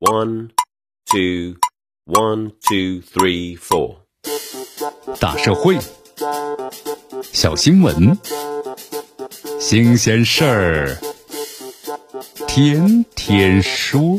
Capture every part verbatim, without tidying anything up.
One, two, one, two, three, four。 大社会，小新闻，新鲜事儿，天天说。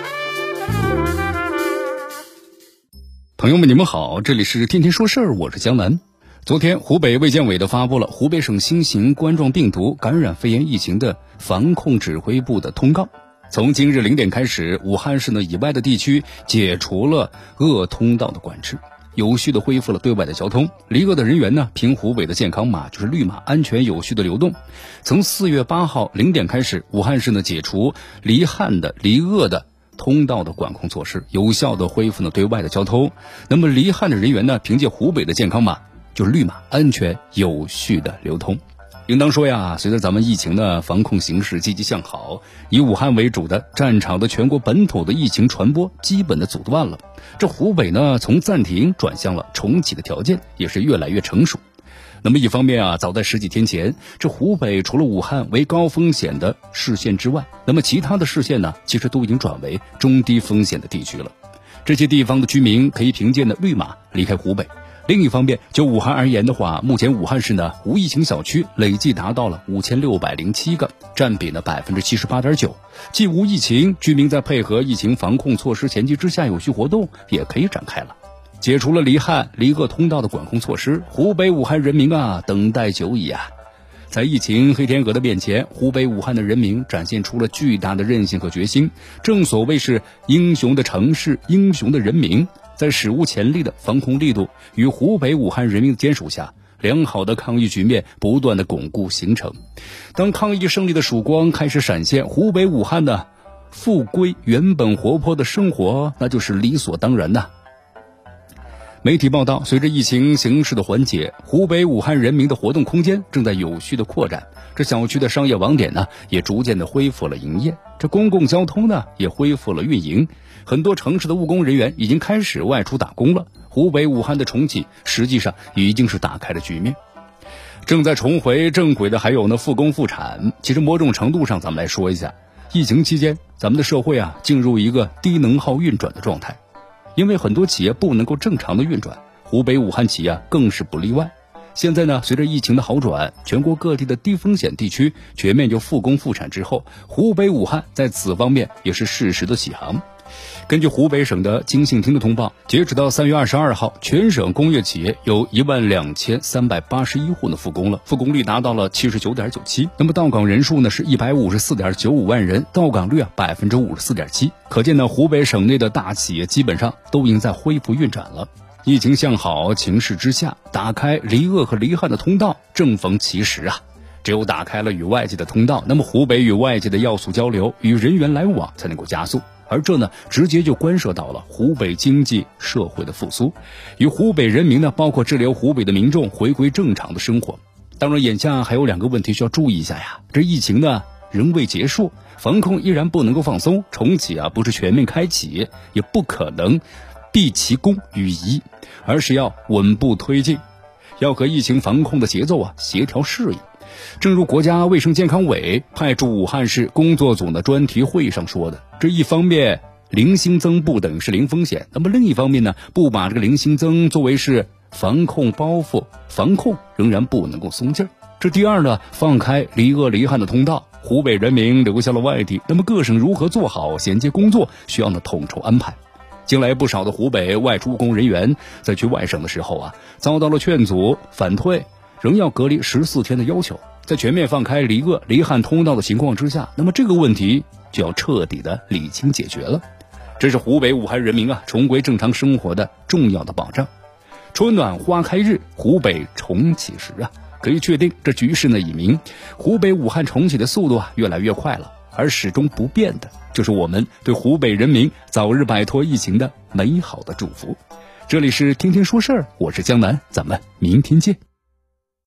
朋友们，你们好，这里是天天说事儿，我是江南。昨天，湖北卫健委的发布了湖北省新型冠状病毒感染肺炎疫情的防控指挥部的通告。从今日零点开始，武汉市呢以外的地区解除了鄂通道的管制，有序的恢复了对外的交通。离鄂的人员呢，凭湖北的健康码，就是绿码，安全有序的流动。从四月八号零点开始，武汉市呢解除离汉的、离鄂的通道的管控措施，有效的恢复了对外的交通。那么离汉的人员呢，凭借湖北的健康码，就是绿码，安全有序的流通。应当说呀，随着咱们疫情的防控形势积极向好，以武汉为主的战场的全国本土的疫情传播基本的阻断了。这湖北呢，从暂停转向了重启的条件也是越来越成熟。那么一方面啊，早在十几天前，这湖北除了武汉为高风险的市县之外，那么其他的市县呢，其实都已经转为中低风险的地区了。这些地方的居民可以凭借呢绿码离开湖北。另一方面，就武汉而言的话，目前武汉市呢无疫情小区累计达到了五千六百零七个，占比呢百分之七十八点九。既无疫情，居民在配合疫情防控措施前提之下，有序活动也可以展开了。解除了离汉、离鄂通道的管控措施，湖北武汉人民啊等待久矣啊！在疫情黑天鹅的面前，湖北武汉的人民展现出了巨大的韧性和决心。正所谓是英雄的城市，英雄的人民。在史无前例的防控力度与湖北武汉人民的坚守下，良好的抗疫局面不断的巩固形成。当抗疫胜利的曙光开始闪现，湖北武汉呢复归原本活泼的生活，那就是理所当然呐。媒体报道，随着疫情形势的缓解，湖北武汉人民的活动空间正在有序的扩展。这小区的商业网点呢，也逐渐的恢复了营业。这公共交通呢，也恢复了运营。很多城市的务工人员已经开始外出打工了。湖北武汉的重启，实际上已经是打开了局面。正在重回正轨的还有呢复工复产。其实某种程度上，咱们来说一下，疫情期间，咱们的社会啊，进入一个低能耗运转的状态。因为很多企业不能够正常的运转，湖北武汉企业更是不例外。现在呢，随着疫情的好转，全国各地的低风险地区全面就复工复产之后，湖北武汉在此方面也是适时的起航。根据湖北省的经信厅的通报，截止到三月二十二号，全省工业企业有一万两千三百八十一户呢复工了，复工率达到了七十九点九七。那么到岗人数呢是一百五十四点九五万人，到岗率啊百分之五十四点七。可见呢，湖北省内的大企业基本上都已经在恢复运转了。疫情向好情势之下，打开离鄂和离汉的通道正逢其时啊。只有打开了与外界的通道，那么湖北与外界的要素交流与人员来往才能够加速。而这呢，直接就关涉到了湖北经济社会的复苏，与湖北人民呢，包括滞留湖北的民众回归正常的生活。当然，眼下还有两个问题需要注意一下呀。这疫情呢仍未结束，防控依然不能够放松，重启啊不是全面开启，也不可能毕其功于一，而是要稳步推进，要和疫情防控的节奏啊协调适应。正如国家卫生健康委派驻武汉市工作组的专题会议上说的，这一方面零新增不等于是零风险，那么另一方面呢，不把这个零新增作为是防控包袱，防控仍然不能够松劲儿。这第二呢，放开离鄂离汉的通道，湖北人民留下了外地，那么各省如何做好衔接工作，需要呢统筹安排。近来不少的湖北外出务工人员在去外省的时候啊，遭到了劝阻反退，仍要隔离十四天的要求。在全面放开离鄂离汉通道的情况之下，那么这个问题就要彻底的理清解决了。这是湖北武汉人民啊重归正常生活的重要的保障。春暖花开日，湖北重启时啊，可以确定这局势呢已明，湖北武汉重启的速度啊越来越快了。而始终不变的就是我们对湖北人民早日摆脱疫情的美好的祝福。这里是天天说事儿，我是江南，咱们明天见。